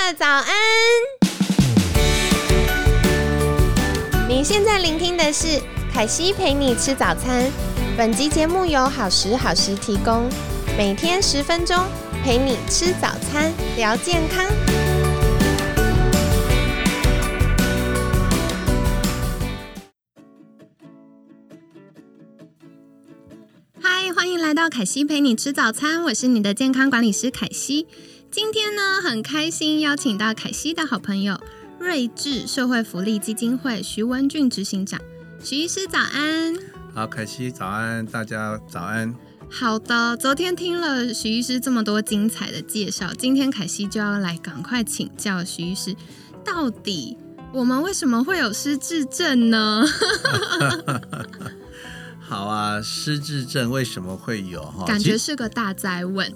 的早安。你现在聆听的是凯西陪你吃早餐。本集节目由好时好时提供，每天10分钟陪你吃早餐，聊健康。嗨，欢迎来到凯西陪你吃早餐，我是你的健康管理师凯西。今天呢，很开心邀请到凯西的好朋友瑞智社会福利基金会徐文俊执行长。徐医师早安。 好，凯西早安，大家早安。 好的，昨天听了徐医师这么多精彩的介绍，今天凯西就要来赶快请教徐医师，到底我们为什么会有失智症呢？ 好啊，失智症为什么会有？ 感觉是个大哉问。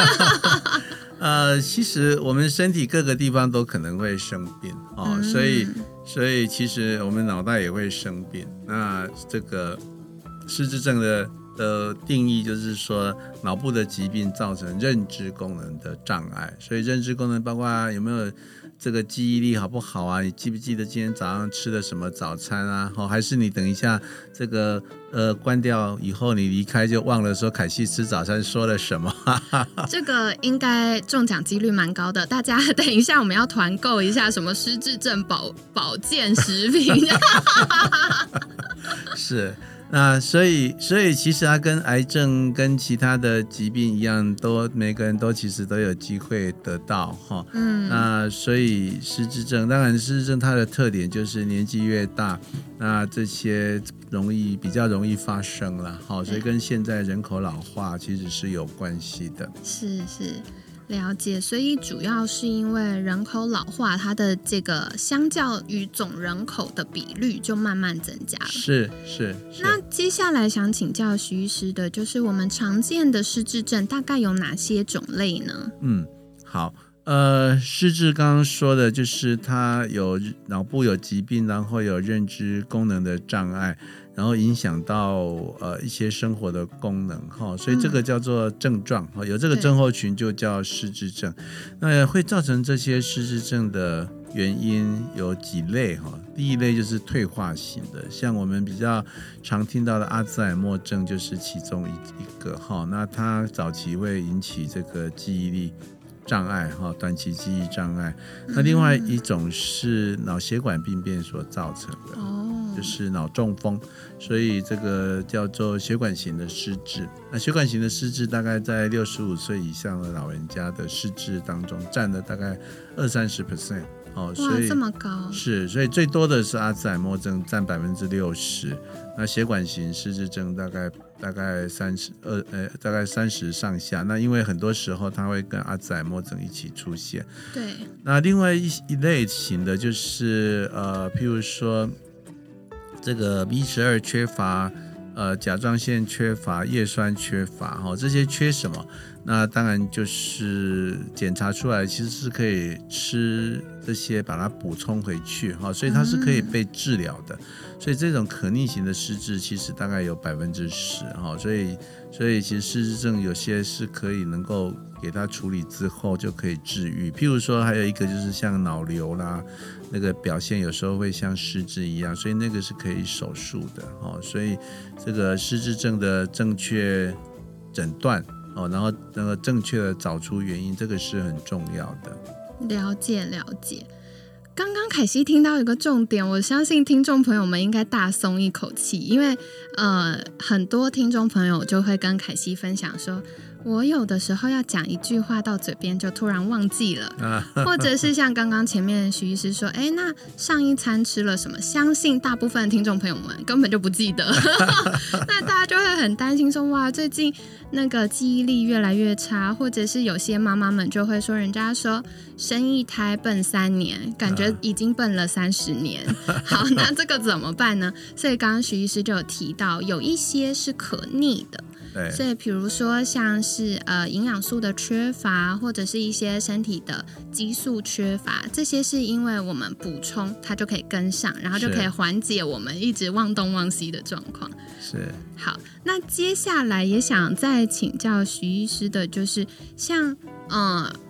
其实我们身体各个地方都可能会生病哦，所以其实我们脑袋也会生病。那这个失智症的定义就是说，脑部的疾病造成认知功能的障碍。所以认知功能包括有没有这个记忆力好不好啊？你记不记得今天早上吃了什么早餐啊？还是你等一下这个关掉以后你离开就忘了说凯西吃早餐说了什么？ 这个应该中奖几率蛮高的，大家等一下我们要团购一下什么失智症保健食品。 是。那所以其实它跟癌症跟其他的疾病一样，每个人都其实都有机会得到哈。那所以失智症，当然失智症它的特点就是年纪越大，那这些比较容易发生了哈。所以跟现在人口老化其实是有关系的。 是。了解，所以主要是因为人口老化，它的这个相较于总人口的比率就慢慢增加了。是。那接下来想请教徐医师的，就是我们常见的失智症大概有哪些种类呢？ 好，失智刚刚说的就是它有脑部有疾病，然后有认知功能的障碍，然后影响到一些生活的功能所以这个叫做症状有这个症候群就叫失智症。那会造成这些失智症的原因有几类第一类就是退化型的，像我们比较常听到的阿兹海默症就是其中一个那它早期会引起这个记忆力障碍短期记忆障碍。那另外一种是脑血管病变所造成的就是脑中风，所以这个叫做血管型的失智。那血管型的失智大概在65岁以上的老人家的失智当中占了大概20-30% 哇，这么高。 是，所以最多的是阿兹海默症占60%，那血管型失智症大概30上下。那因为很多时候它会跟阿兹海默症一起出现。 对。 那另外一类型的就是譬如说这个 B12 缺乏，甲状腺缺乏，叶酸缺乏这些缺什么？那当然就是检查出来其实是可以吃这些把它补充回去所以它是可以被治疗的。所以这种可逆型的失智其实大概有10%所以其实失智症有些是可以能够给它处理之后就可以治愈。譬如说还有一个就是像脑瘤啦，那个表现有时候会像失智一样，所以那个是可以手术的所以这个失智症的正确诊断然后那个正确的找出原因，这个是很重要的。 了解。刚刚凯西听到一个重点，我相信听众朋友们应该大松一口气，因为很多听众朋友就会跟凯西分享说，我有的时候要讲一句话到嘴边就突然忘记了或者是像刚刚前面徐医师说那上一餐吃了什么，相信大部分的听众朋友们根本就不记得。那大家就会很担心说，哇，最近那个记忆力越来越差，或者是有些妈妈们就会说，人家说生一胎笨3年，感觉已经笨了30年。好，那这个怎么办呢？所以刚刚徐医师就有提到，有一些是可逆的。所以比如说像是营养素的缺乏，或者是一些身体的激素缺乏，这些是因为我们补充它就可以跟上，然后就可以缓解我们一直忘东忘西的状况。 是。 好，那接下来也想再请教徐医师的就是像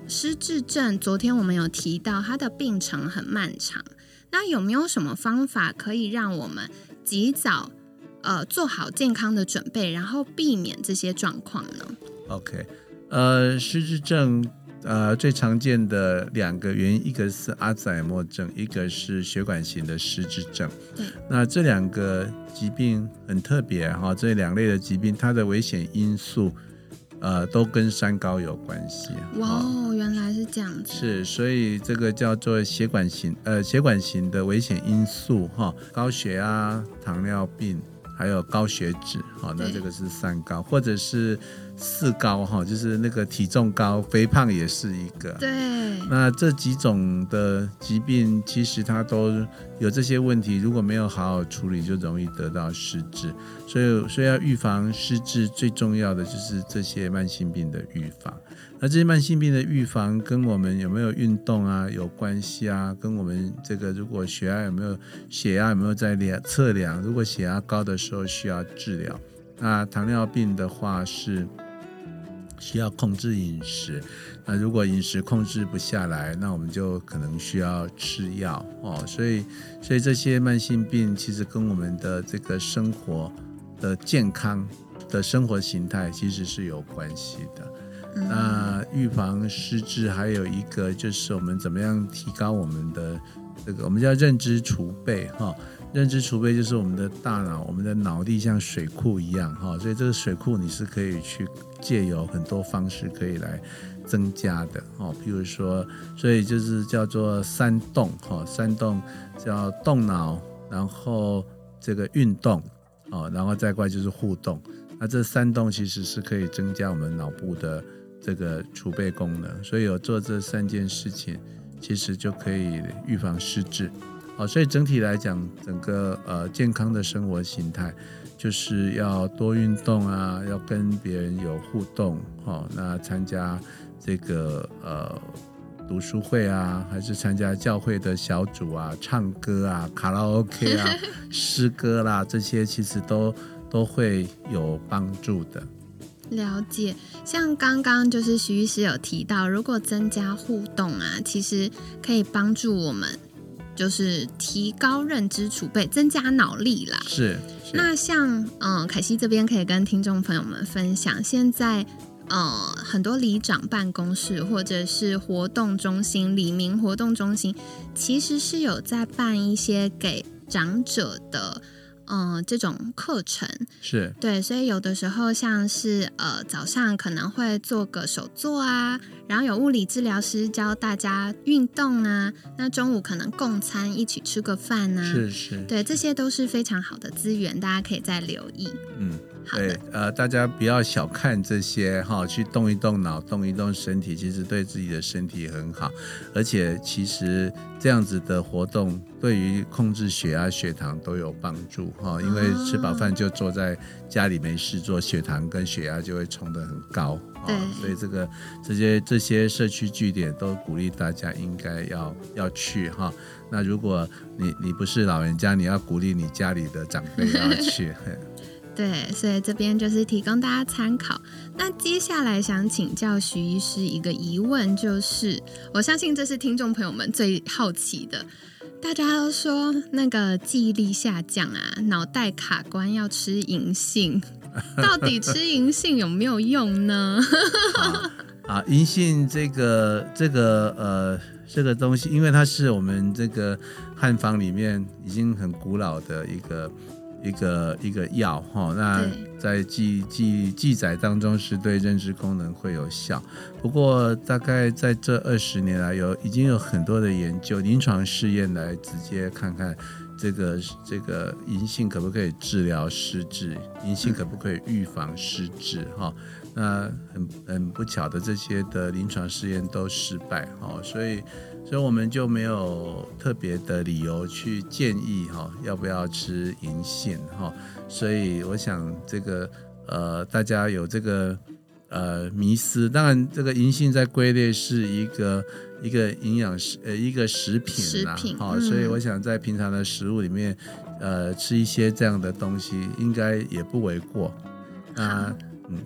失智症，昨天我们有提到它的病程很漫长，那有没有什么方法可以让我们及早做好健康的准备，然后避免这些状况呢？ OK， 失智症最常见的2个原因，一个是阿兹海默症，一个是血管型的失智症。 对， 那这2个疾病很特别哈，这2类的疾病它的危险因素都跟三高有关系。 哇哦，原来是这样子。 是，所以这个叫做血管型的危险因素哈，高血压、糖尿病，还有高血脂，那这个是三高，或者是4高哈，就是那个体重高、肥胖也是一个。 对， 那这几种的疾病其实它都有这些问题，如果没有好好处理，就容易得到失智。所以要预防失智，最重要的就是这些慢性病的预防。那这些慢性病的预防跟我们有没有运动啊有关系啊，跟我们这个如果血压有没有在测量，如果血压高的时候需要治疗。那糖尿病的话是需要控制饮食，那如果饮食控制不下来，那我们就可能需要吃药所以这些慢性病其实跟我们的这个生活的健康的生活形态其实是有关系的。那预防失智还有一个就是我们怎么样提高我们的这个我们叫认知储备认知储备就是我们的大脑，我们的脑力像水库一样所以这个水库你是可以去借由很多方式可以来增加的譬如说，所以就是叫做3动3动叫动脑，然后这个运动然后再过来就是互动。那这3动其实是可以增加我们脑部的这个储备功能，所以有做这3件事情，其实就可以预防失智。所以整体来讲，整个健康的生活形态就是要多运动啊，要跟别人有互动那参加这个读书会啊，还是参加教会的小组啊，唱歌啊，卡拉 OK 啊，诗歌啦，这些其实都会有帮助的。 了解，像刚刚就是徐医师有提到，如果增加互动啊，其实可以帮助我们就是提高认知储备，增加脑力啦。 是。 那像凯西这边可以跟听众朋友们分享，现在很多里长办公室或者是活动中心、里民活动中心，其实是有在办一些给长者的这种课程。 是， 对，所以有的时候像是早上可能会做个手作啊，然后有物理治疗师教大家运动啊，那中午可能共餐一起吃个饭啊， 是， 对，这些都是非常好的资源，大家可以再留意。 对，大家不要小看这些去动一动脑，动一动身体，其实对自己的身体很好，而且其实这样子的活动对于控制血压、血糖都有帮助因为吃饱饭就坐在家里没事做，血糖跟血压就会冲得很高所以这些社区据点都鼓励大家应该要去那如果你不是老人家，你要鼓励你家里的长辈要去对，所以这边就是提供大家参考。那接下来想请教徐医师一个疑问，就是我相信这是听众朋友们最好奇的，大家都说那个记忆力下降啊，脑袋卡关要吃银杏，到底吃银杏有没有用呢？ 银杏这个东西，因为它是我们这个汉方里面已经很古老的一个药那在记载当中是对认知功能会有效。不过大概在这20年来已经有很多的研究临床试验来直接看看这个银杏可不可以治疗失智，银杏可不可以预防失智那很不巧的，这些的临床试验都失败所以我们就没有特别的理由去建议要不要吃银杏所以我想这个大家有这个迷思。当然这个银杏在归类是一个营养一个食品啦所以我想在平常的食物里面吃一些这样的东西应该也不为过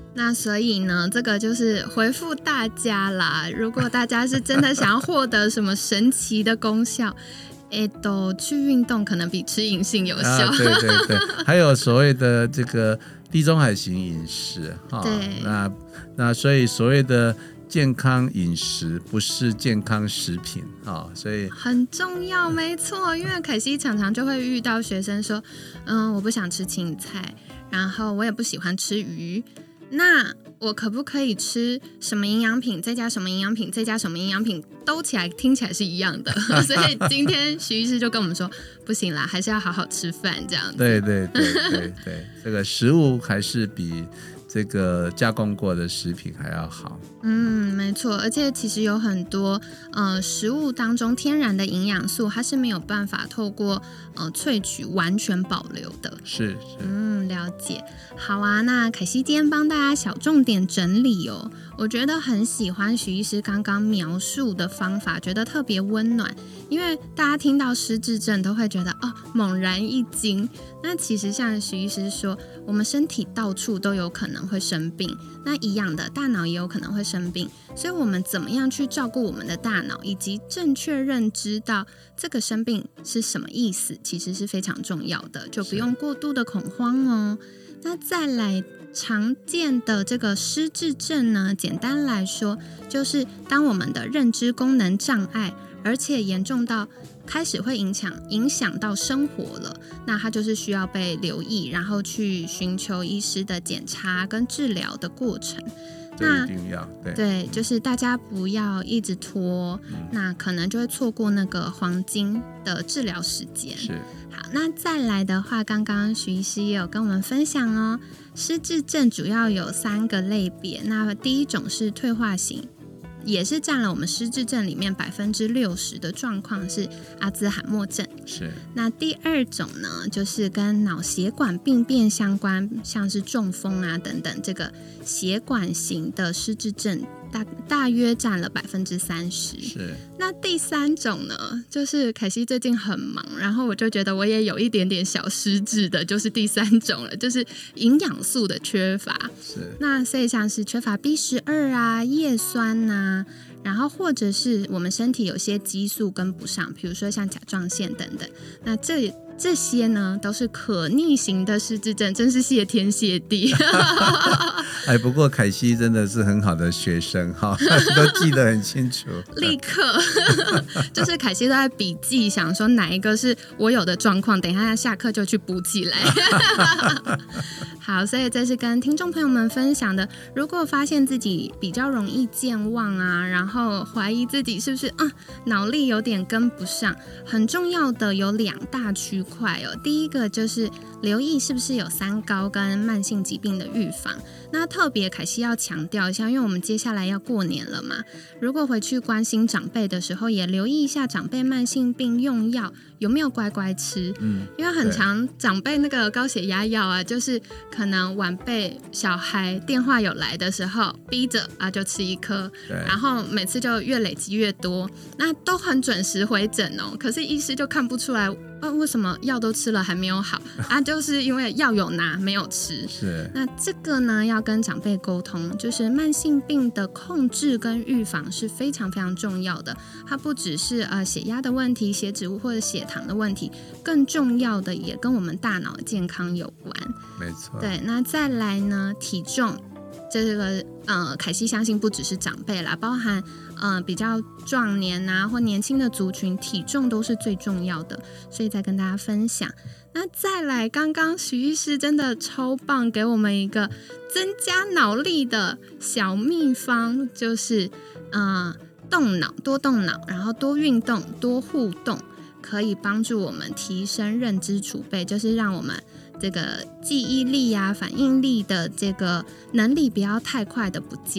那所以呢，这个就是回复大家啦。如果大家是真的想要获得什么神奇的功效，去运动可能比吃银杏有效。 对对对，还有所谓的这个地中海型饮食， 对， 那所以所谓的健康饮食不是健康食品，所以很重要，没错。因为凯西常常就会遇到学生说，我不想吃青菜，然后我也不喜欢吃鱼，那我可不可以吃什么营养品，再加什么营养品，再加什么营养品，兜起来听起来是一样的。所以今天徐医师就跟我们说，不行啦，还是要好好吃饭这样子。 对对对对对，这个食物还是比这个加工过的食品还要好。 没错，而且其实有很多食物当中天然的营养素，它是没有办法透过萃取完全保留的。 是， 了解。好啊，那凯西今天帮大家小重点整理哦。我觉得很喜欢许医师刚刚描述的方法，觉得特别温暖。因为大家听到失智症都会觉得猛然一惊。那其实像许医师说，我们身体到处都有可能会生病，那一样的大脑也有可能会生病，所以我们怎么样去照顾我们的大脑，以及正确认知到这个生病是什么意思，其实是非常重要的，就不用过度的恐慌哦。那再来常见的这个失智症呢，简单来说就是当我们的认知功能障碍，而且严重到开始会影响到生活了，那它就是需要被留意，然后去寻求医师的检查跟治疗的过程。 那一定要对，就是大家不要一直拖，那可能就会错过那个黄金的治疗时间。 是。 好，那再来的话，刚刚徐医师也有跟我们分享哦，失智症主要有3个类别。那第一种是退化型，也是占了我们失智症里面60%的状况，是阿兹海默症。 是。 那第2种呢，就是跟脑血管病变相关，像是中风啊等等，这个血管型的失智症大约占了30%。 是。 那第3种呢，就是凯西最近很忙，然后我就觉得我也有一点点小失智的，就是第3种了，就是营养素的缺乏。 是。 那所以像是缺乏 B12啊、叶酸啊，然后或者是我们身体有些激素跟不上，比如说像甲状腺等等，那这些呢都是可逆型的失智症，真是谢天谢地。 不过凯西真的是很好的学生哈，都记得很清楚。 立刻就是凯西都在笔记，想说哪一个是我有的状况，等一下下课就去补起来。好，所以这是跟听众朋友们分享的。如果发现自己比较容易健忘啊，然后怀疑自己是不是脑力有点跟不上，很重要的有2大区块哦。第一个就是留意是不是有3高跟慢性疾病的预防。那特别凯西要强调一下，因为我们接下来要过年了嘛，如果回去关心长辈的时候，也留意一下长辈慢性病用药有没有乖乖吃。因为很常长辈那个高血压药啊，就是可能晚辈小孩电话有来的时候逼着就吃1颗，然后每次就越累积越多，那都很准时回诊哦，可是医师就看不出来为什么药都吃了还没有好就是因为药有拿没有吃。 是。 那这个呢要跟长辈沟通，就是慢性病的控制跟预防是非常非常重要的，它不只是血压的问题、血脂或者血糖的问题，更重要的也跟我们大脑的健康有关。 没错。 对，那再来呢，体重这个凯西相信不只是长辈啦，包含比较壮年啊或年轻的族群，体重都是最重要的，所以再跟大家分享。那再来，刚刚徐医师真的超棒，给我们一个增加脑力的小秘方，就是动脑，多动脑，然后多运动，多互动，可以帮助我们提升认知储备，就是让我们这个记忆力啊、反应力的这个能力不要太快的不见。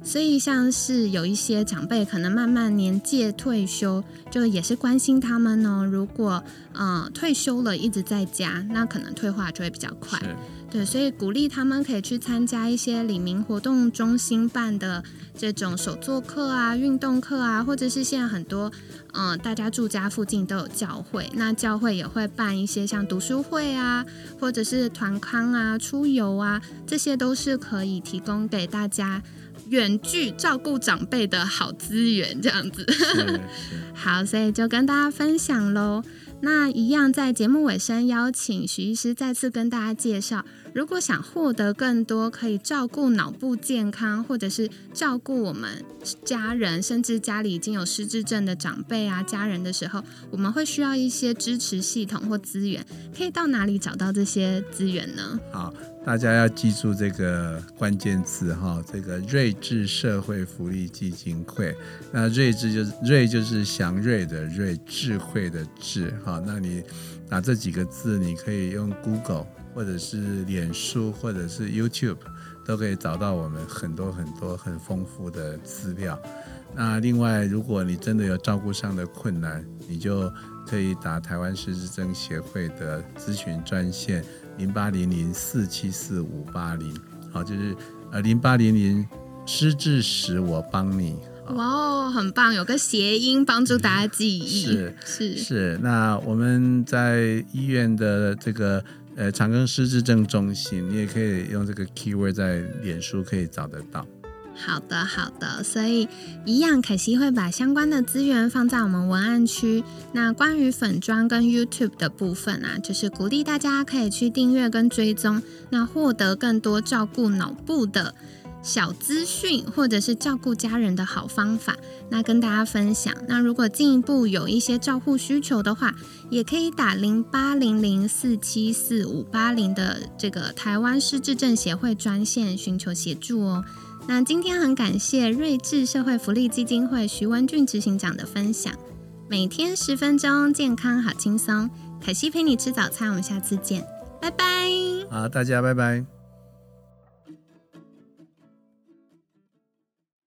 所以像是有一些长辈可能慢慢年届退休，就也是关心他们哦。如果退休了一直在家，那可能退化就会比较快。对，所以鼓励他们可以去参加一些里民活动中心办的这种手作课啊、运动课啊，或者是现在很多大家住家附近都有教会，那教会也会办一些像读书会啊，或者是团康啊、出游啊，这些都是可以提供给大家远距照顾长辈的好资源，这样子。好，所以就跟大家分享咯。那一样在节目尾声邀请许医师再次跟大家介绍，如果想获得更多可以照顾脑部健康，或者是照顾我们家人，甚至家里已经有失智症的长辈啊家人的时候，我们会需要一些支持系统或资源，可以到哪里找到这些资源呢？ 好，大家要记住这个关键字哈，这个瑞智社会福利基金会。那瑞就是祥瑞的瑞，智慧的智哈。那你打这几个字，你可以用 Google 或者是脸书或者是 YouTube 都可以找到我们很多很丰富的资料。那另外，如果你真的有照顾上的困难，你就可以打台湾失智症协会的咨询专线0800474580，好，就是0800失智时我帮你。 哇哦，很棒，有个谐音帮助大家记忆。 是。那我们在医院的这个长庚失智症中心，你也可以用这个 keyword 在脸书可以找得到。 好的，所以一样，凯西会把相关的资源放在我们文案区。那关于粉专跟 YouTube 的部分啊，就是鼓励大家可以去订阅跟追踪，那获得更多照顾脑部的小资讯，或者是照顾家人的好方法，那跟大家分享。那如果进一步有一些照护需求的话，也可以打0800474580的这个台湾失智症协会专线寻求协助哦。那今天很感谢瑞智社会福利基金会徐文俊执行长的分享，每天10分钟，健康好轻松。凯西陪你吃早餐，我们下次见，拜拜。 好，大家拜拜。